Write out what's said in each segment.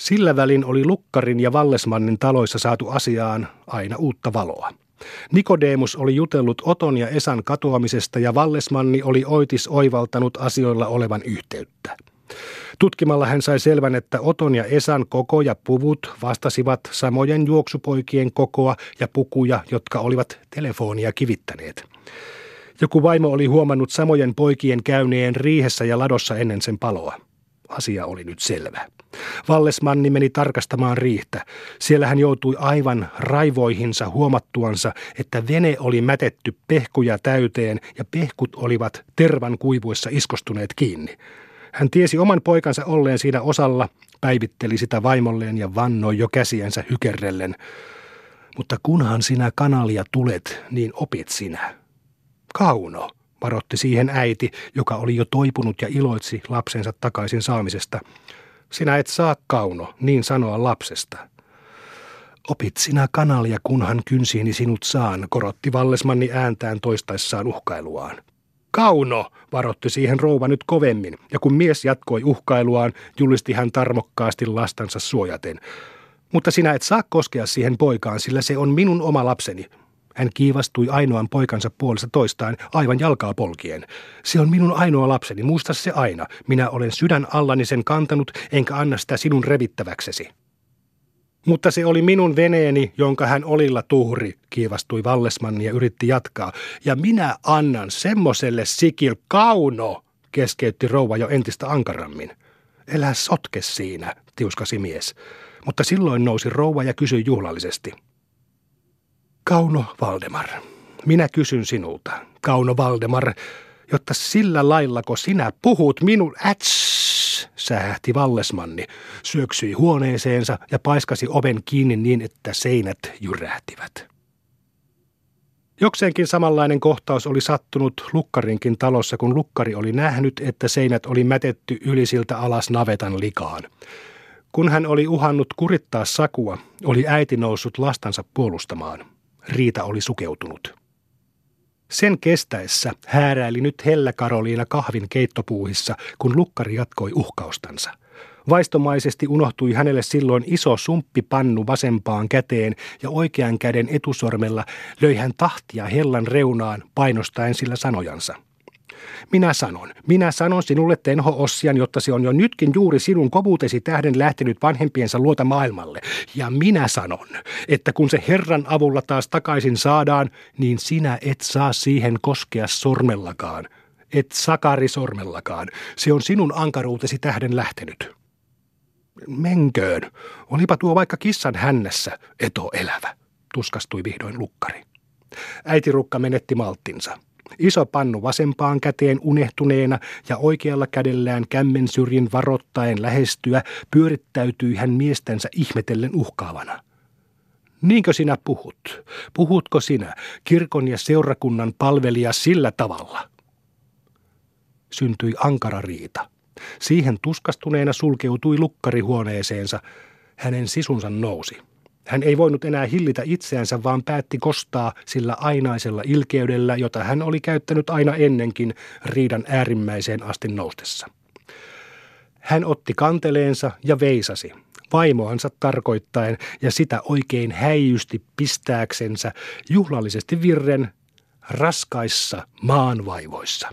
Sillä välin oli Lukkarin ja Vallesmannin taloissa saatu asiaan aina uutta valoa. Nikodemus oli jutellut Oton ja Esan katoamisesta ja Vallesmanni oli oitis oivaltanut asioilla olevan yhteyttä. Tutkimalla hän sai selvän, että Oton ja Esan koko ja puvut vastasivat samojen juoksupoikien kokoa ja pukuja, jotka olivat telefonia kivittäneet. Joku vaimo oli huomannut samojen poikien käyneen riihessä ja ladossa ennen sen paloa. Asia oli nyt selvä. Vallesmanni meni tarkastamaan riihtä. Siellä hän joutui aivan raivoihinsa huomattuansa, että vene oli mätetty pehkuja täyteen ja pehkut olivat tervan kuivuessa iskostuneet kiinni. Hän tiesi oman poikansa olleen siinä osalla, päivitteli sitä vaimolleen ja vannoi jo käsiänsä hykerrellen. Mutta kunhan sinä kanalia tulet, niin opit sinä. Kauno, varoitti siihen äiti, joka oli jo toipunut ja iloitsi lapsensa takaisin saamisesta. Sinä et saa, Kauno, niin sanoa lapsesta. Opit sinä kanalia, kunhan kynsiini sinut saan, korotti Vallesmanni ääntään toistaessaan uhkailuaan. Kauno, varoitti siihen rouva nyt kovemmin, ja kun mies jatkoi uhkailuaan, julisti hän tarmokkaasti lastansa suojaten. Mutta sinä et saa koskea siihen poikaan, sillä se on minun oma lapseni. Hän kiivastui ainoan poikansa puolesta toistaan aivan jalkaa polkien. Se on minun ainoa lapseni, muista se aina. Minä olen sydän allani sen kantanut, enkä anna sitä sinun revittäväksesi. Mutta se oli minun veneeni, jonka hän olilla tuhri, kiivastui Vallesmanni ja yritti jatkaa. Ja minä annan semmoselle sikil Kauno, keskeytti rouva jo entistä ankarammin. Elä sotke siinä, tiuskasi mies. Mutta silloin nousi rouva ja kysyi juhlallisesti. Kauno Valdemar, minä kysyn sinulta, Kauno Valdemar, jotta sillä laillako sinä puhut minun sähähti Vallesmanni, syöksyi huoneeseensa ja paiskasi oven kiinni niin, että seinät jyrähtivät. Jokseenkin samanlainen kohtaus oli sattunut Lukkarinkin talossa, kun Lukkari oli nähnyt, että seinät oli mätetty ylisiltä alas navetan likaan. Kun hän oli uhannut kurittaa Sakua, oli äiti noussut lastansa puolustamaan. Riita oli sukeutunut. Sen kestäessä hääräili nyt Hellä-Karoliina kahvin keittopuuhissa, kun Lukkari jatkoi uhkaustansa. Vaistomaisesti unohtui hänelle silloin iso sumppipannu vasempaan käteen ja oikean käden etusormella löi hän tahtia Hellan reunaan painostaen sillä sanojansa. Minä sanon sinulle, Tenho Ossian, jotta se on jo nytkin juuri sinun kovuutesi tähden lähtenyt vanhempiensa luota maailmalle. Ja minä sanon, että kun se Herran avulla taas takaisin saadaan, niin sinä et saa siihen koskea sormellakaan. Et sakari sormellakaan. Se on sinun ankaruutesi tähden lähtenyt. Menköön. Olipa tuo vaikka kissan hännässä, elävä, tuskastui vihdoin Lukkari. Äitirukka menetti malttinsa. Iso pannu vasempaan käteen unehtuneena ja oikealla kädellään kämmen syrjin varoittaen lähestyä pyörittäytyi hän miestänsä ihmetellen uhkaavana. Niinkö sinä puhut? Puhutko sinä, kirkon ja seurakunnan palvelija, sillä tavalla? Syntyi ankara riita. Siihen tuskastuneena sulkeutui Lukkari huoneeseensa. Hänen sisunsa nousi. Hän ei voinut enää hillitä itseänsä, vaan päätti kostaa sillä ainaisella ilkeydellä, jota hän oli käyttänyt aina ennenkin riidan äärimmäiseen asti noustessa. Hän otti kanteleensa ja veisasi, vaimoansa tarkoittaen, ja sitä oikein häijysti pistääksensä juhlallisesti virren raskaissa maanvaivoissa.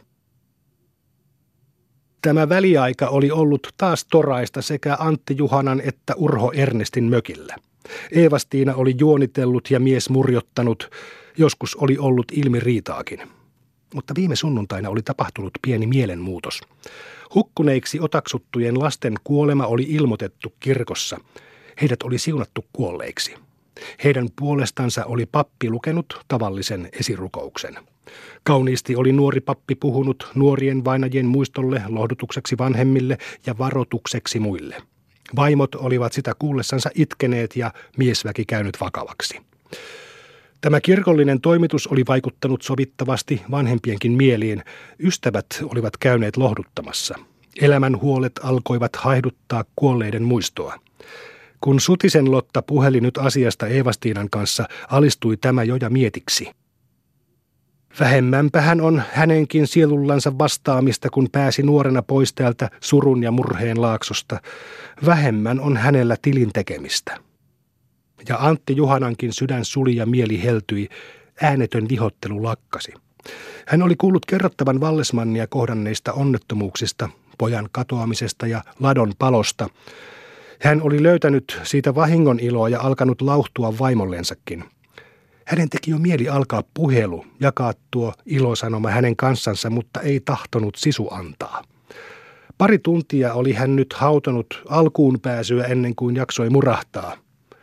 Tämä väliaika oli ollut taas toraista sekä Antti Juhanan että Urho Ernestin mökillä. Eevastiina oli juonitellut ja mies murjottanut, joskus oli ollut ilmi riitaakin. Mutta viime sunnuntaina oli tapahtunut pieni mielenmuutos. Hukkuneiksi otaksuttujen lasten kuolema oli ilmoitettu kirkossa. Heidät oli siunattu kuolleiksi. Heidän puolestansa oli pappi lukenut tavallisen esirukouksen. Kauniisti oli nuori pappi puhunut nuorien vainajien muistolle, lohdutukseksi vanhemmille ja varoitukseksi muille. Vaimot olivat sitä kuullessansa itkeneet ja miesväki käynyt vakavaksi. Tämä kirkollinen toimitus oli vaikuttanut sovittavasti vanhempienkin mieliin. Ystävät olivat käyneet lohduttamassa. Elämän huolet alkoivat haihduttaa kuolleiden muistoa. Kun Sutisen Lotta puheli nyt asiasta Eevastiinan kanssa, alistui tämä jo ja mietiksi. Vähemmänpähän on hänenkin sielullansa vastaamista, kun pääsi nuorena pois täältä surun ja murheen laaksosta. Vähemmän on hänellä tilin tekemistä. Ja Antti Juhanankin sydän suli ja mieli heltyi, äänetön vihottelu lakkasi. Hän oli kuullut kerrottavan Vallesmannia kohdanneista onnettomuuksista, pojan katoamisesta ja ladon palosta. Hän oli löytänyt siitä vahingon iloa ja alkanut lauhtua vaimollensakin. Hänen teki jo mieli alkaa puhelu, jakaa tuo ilosanoma hänen kanssansa, mutta ei tahtonut sisu antaa. 2 tuntia oli hän nyt hautonut alkuun pääsyä ennen kuin jaksoi murahtaa.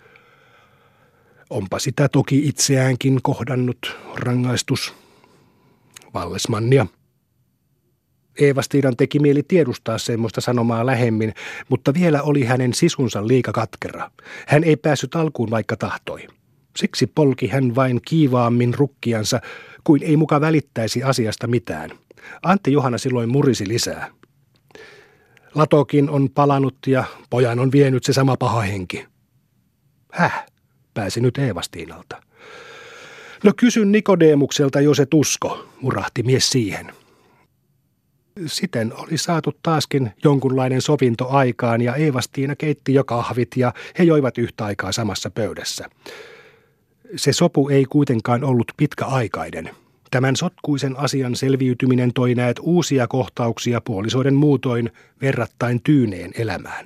Onpa sitä toki itseäänkin kohdannut rangaistus. Vallesmannia. Eeva-Stiinan teki mieli tiedustaa semmoista sanomaa lähemmin, mutta vielä oli hänen sisunsa liika katkera. Hän ei päässyt alkuun vaikka tahtoi. Siksi polki hän vain kiivaammin rukkiansa, kuin ei muka välittäisi asiasta mitään. Antti Juhana silloin murisi lisää. Latokin on palanut ja pojan on vienyt se sama paha henki. Häh? Pääsi nyt Eeva-Stiinalta. No kysyn Nikodemukselta, jos et usko, murahti mies siihen. Siten oli saatu taaskin jonkunlainen sovinto aikaan ja Eeva-Stiina keitti jo kahvit ja he joivat yhtä aikaa samassa pöydässä. Se sopu ei kuitenkaan ollut pitkäaikainen. Tämän sotkuisen asian selviytyminen toi näet uusia kohtauksia puolisoiden muutoin verrattain tyyneen elämään.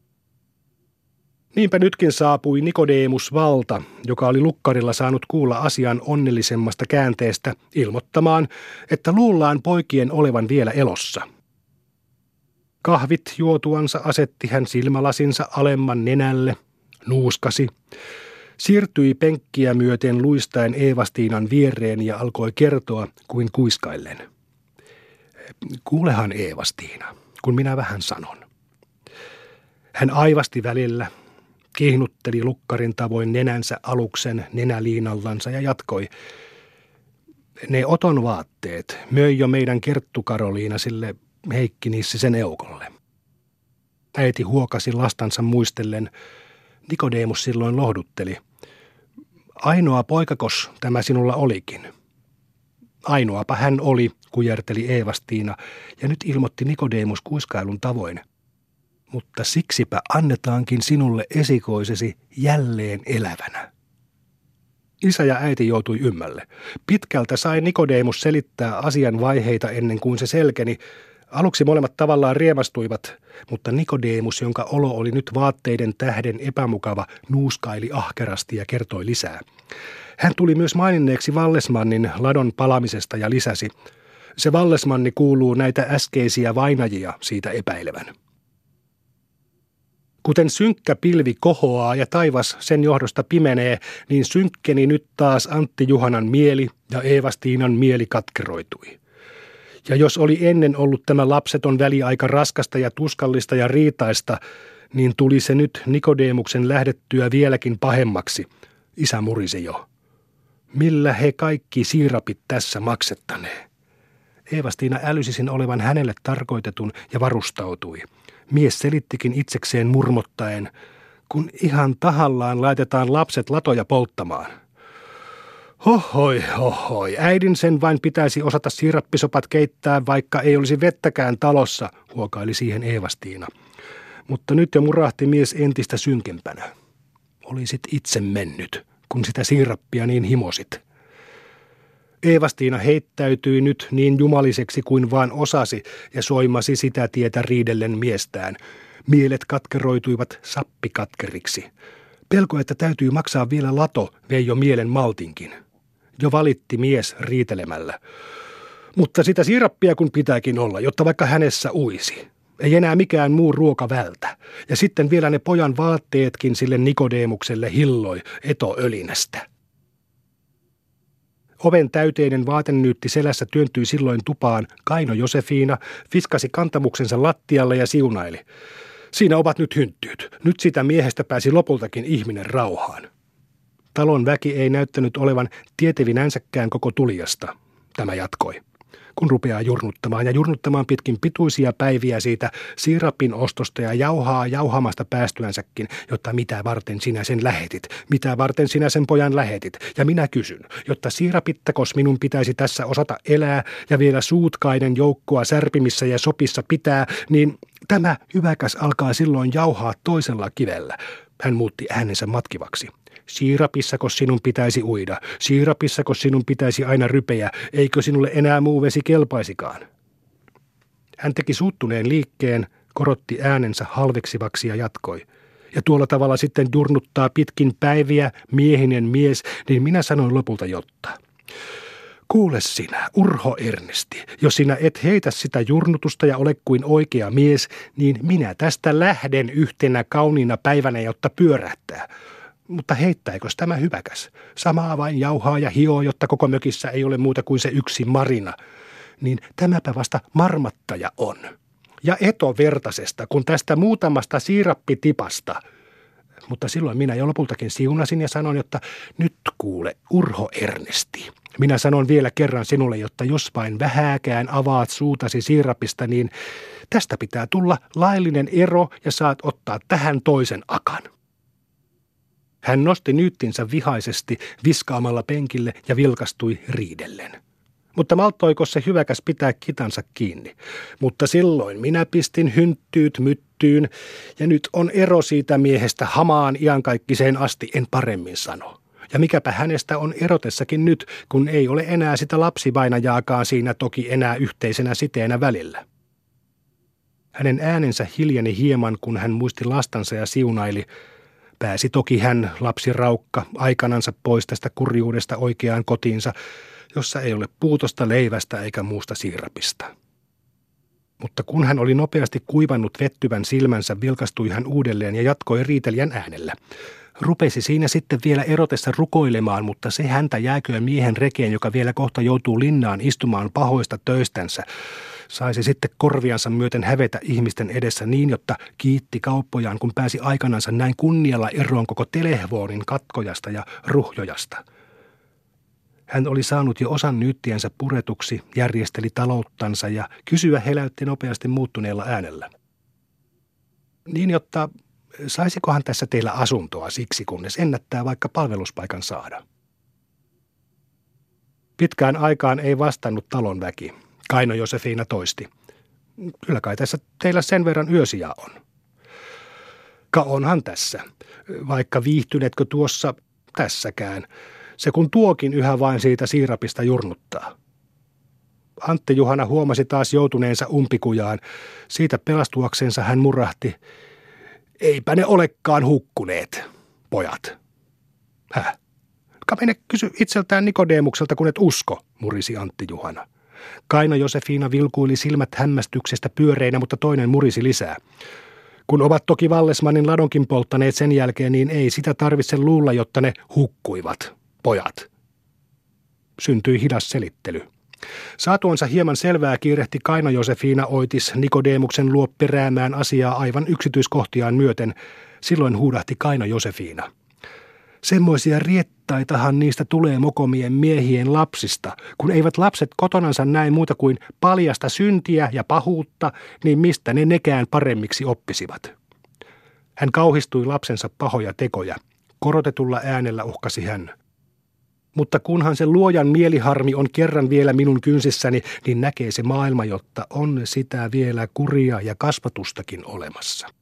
Niinpä nytkin saapui Nikodemus Valta, joka oli lukkarilla saanut kuulla asian onnellisemmasta käänteestä, ilmoittamaan, että luullaan poikien olevan vielä elossa. Kahvit juotuansa asetti hän silmälasinsa alemman nenälle, nuuskasi, siirtyi penkkiä myöten luistaen Eeva-Stiinan viereen ja alkoi kertoa kuin kuiskaillen. Kuulehan Eeva-Stiina, kun minä vähän sanon. Hän aivasti välillä, kihnutteli lukkarin tavoin nenänsä aluksen nenäliinallansa ja jatkoi. Ne Oton vaatteet möi jo meidän Kerttu Karoliina sille Heikki Nissisen eukolle. Äiti huokasi lastansa muistellen. Nikodemus silloin lohdutteli. Ainoa poikakos tämä sinulla olikin. Ainoapa hän oli, kujerteli Eeva-Stiina, ja nyt ilmoitti Nikodemus kuiskailun tavoin. Mutta siksipä annetaankin sinulle esikoisesi jälleen elävänä. Isä ja äiti joutui ymmälle. Pitkältä sai Nikodemus selittää asian vaiheita ennen kuin se selkeni. Aluksi molemmat tavallaan riemastuivat, mutta Nikodemus, jonka olo oli nyt vaatteiden tähden epämukava, nuuskaili ahkerasti ja kertoi lisää. Hän tuli myös maininneeksi Vallesmannin ladon palamisesta ja lisäsi. Se Vallesmanni kuuluu näitä äskeisiä vainajia siitä epäilevän. Kuten synkkä pilvi kohoaa ja taivas sen johdosta pimenee, niin synkkeni nyt taas Antti Juhanan mieli ja Eeva-Stiinan mieli katkeroitui. Ja jos oli ennen ollut tämä lapseton väliaika raskasta ja tuskallista ja riitaista, niin tuli se nyt Nikodemuksen lähdettyä vieläkin pahemmaksi. Isä murisi jo. Millä he kaikki siirapit tässä maksettanee? Eeva-Stiina älysi sen olevan hänelle tarkoitetun ja varustautui. Mies selittikin itsekseen murmottaen, kun ihan tahallaan laitetaan lapset latoja polttamaan. Hohoi, äidin sen vain pitäisi osata siirappisopat keittää, vaikka ei olisi vettäkään talossa, huokaili siihen Eeva-Stiina. Mutta nyt jo murahti mies entistä synkempänä. Olisit itse mennyt, kun sitä siirappia niin himosit. Eeva-Stiina heittäytyi nyt niin jumaliseksi kuin vaan osasi ja soimasi sitä tietä riidellen miestään. Mielet katkeroituivat sappikatkeriksi. Pelko, että täytyy maksaa vielä lato, vei jo mielen maltinkin. Jo valitti mies riitelemällä. Mutta sitä siirappia kun pitääkin olla, jotta vaikka hänessä uisi. Ei enää mikään muu ruoka vältä. Ja sitten vielä ne pojan vaatteetkin sille Nikodemukselle hilloi etoölinästä. Oven täyteinen vaatenyytti selässä työntyi silloin tupaan. Kaino Josefiina fiskasi kantamuksensa lattialle ja siunaili. Siinä ovat nyt hynttyyt. Nyt sitä miehestä pääsi lopultakin ihminen rauhaan. Talon väki ei näyttänyt olevan tietevinänsäkään koko tulijasta. Tämä jatkoi. kun rupeaa jurnuttamaan pitkin pituisia päiviä siitä siirapin ostosta ja jauhaa jauhamasta päästyänsäkin, jotta mitä varten sinä sen lähetit, mitä varten sinä sen pojan lähetit. Ja minä kysyn, jotta siirapittakos minun pitäisi tässä osata elää ja vielä suutkainen joukkoa särpimissä ja sopissa pitää, niin tämä hyväkäs alkaa silloin jauhaa toisella kivellä. Hän muutti äänensä matkivaksi. Siirapissako sinun pitäisi uida? Siirapissako sinun pitäisi aina rypeä? Eikö sinulle enää muu vesi kelpaisikaan? Hän teki suuttuneen liikkeen, korotti äänensä halveksivaksi ja jatkoi. Ja tuolla tavalla sitten jurnuttaa pitkin päiviä miehinen mies, niin minä sanoin lopulta jotta. Kuule sinä, Urho Ernesti, jos sinä et heitä sitä jurnutusta ja ole kuin oikea mies, niin minä tästä lähden yhtenä kauniina päivänä, jotta pyörähtää. Mutta heittäikös tämä hyväkäs? Samaa vain jauhaa ja hioo, jotta koko mökissä ei ole muuta kuin se yksi Marina. Niin tämäpä vasta marmattaja on. Ja etovertasesta, kun tästä muutamasta siirappitipasta. Mutta silloin minä jo lopultakin siunasin ja sanoin, että nyt kuule, Urho Ernesti. Minä sanon vielä kerran sinulle, jotta jos vain vähääkään avaat suutasi siirapista, niin tästä pitää tulla laillinen ero ja saat ottaa tähän toisen akan. Hän nosti nyyttinsä vihaisesti viskaamalla penkille ja vilkastui riidellen. Mutta malttoiko se hyväkäs pitää kitansa kiinni? Mutta silloin minä pistin hynttyyt myttyyn ja nyt on ero siitä miehestä hamaan iankaikkiseen asti, en paremmin sano. Ja mikäpä hänestä on erotessakin nyt, kun ei ole enää sitä lapsivainajaakaan siinä toki enää yhteisenä siteenä välillä. Hänen äänensä hiljeni hieman, kun hän muisti lastansa ja siunaili. Pääsi toki hän, lapsiraukka, aikanansa pois tästä kurjuudesta oikeaan kotiinsa, jossa ei ole puutosta leivästä eikä muusta siirapista. Mutta kun hän oli nopeasti kuivannut vettyvän silmänsä, vilkastui hän uudelleen ja jatkoi riitelijän äänellä. Rupesi siinä sitten vielä erotessa rukoilemaan, mutta se häntä jääköön miehen rekeen, joka vielä kohta joutuu linnaan istumaan pahoista töistänsä. Saisi sitten korviansa myöten hävetä ihmisten edessä niin, jotta kiitti kauppojaan, kun pääsi aikanansa näin kunnialla eroon koko Telehvoonin katkojasta ja ruhjojasta. Hän oli saanut jo osan nyyttiänsä puretuksi, järjesteli talouttansa ja kysyä heläytti nopeasti muuttuneella äänellä. Niin, jotta saisikohan tässä teillä asuntoa siksi, kunnes ennättää vaikka palveluspaikan saada? Pitkään aikaan ei vastannut talon väki. Kaino Josefina toisti. Kyllä kai tässä teillä sen verran yösiä on. Ka onhan tässä, vaikka viihtyneetkö tuossa tässäkään. Se kun tuokin yhä vain siitä siirapista jurnuttaa. Antti Juhana huomasi taas joutuneensa umpikujaan. Siitä pelastuaksensa hän murahti. Eipä ne olekaan hukkuneet, pojat. Häh? Ka mene kysy itseltään Nikodemukselta, kun et usko, murisi Antti Juhana. Kaino Josefina vilkuili silmät hämmästyksestä pyöreinä, mutta toinen murisi lisää. Kun ovat toki Vallesmannin ladonkin polttaneet sen jälkeen, niin ei sitä tarvitse luulla, jotta ne hukkuivat, pojat. Syntyi hidas selittely. Saatuansa hieman selvää kiirehti Kaino Josefina Oitis Nikodemuksen luo peräämään asiaa aivan yksityiskohtiaan myöten. Silloin huudahti Kaino Josefina. Semmoisia riettaitahan niistä tulee mokomien miehien lapsista. Kun eivät lapset kotonansa näe muuta kuin paljasta syntiä ja pahuutta, niin mistä ne nekään paremmiksi oppisivat? Hän kauhistui lapsensa pahoja tekoja. Korotetulla äänellä uhkasi hän. Mutta kunhan se luojan mieliharmi on kerran vielä minun kynsissäni, niin näkee se maailma, jotta on sitä vielä kuria ja kasvatustakin olemassa.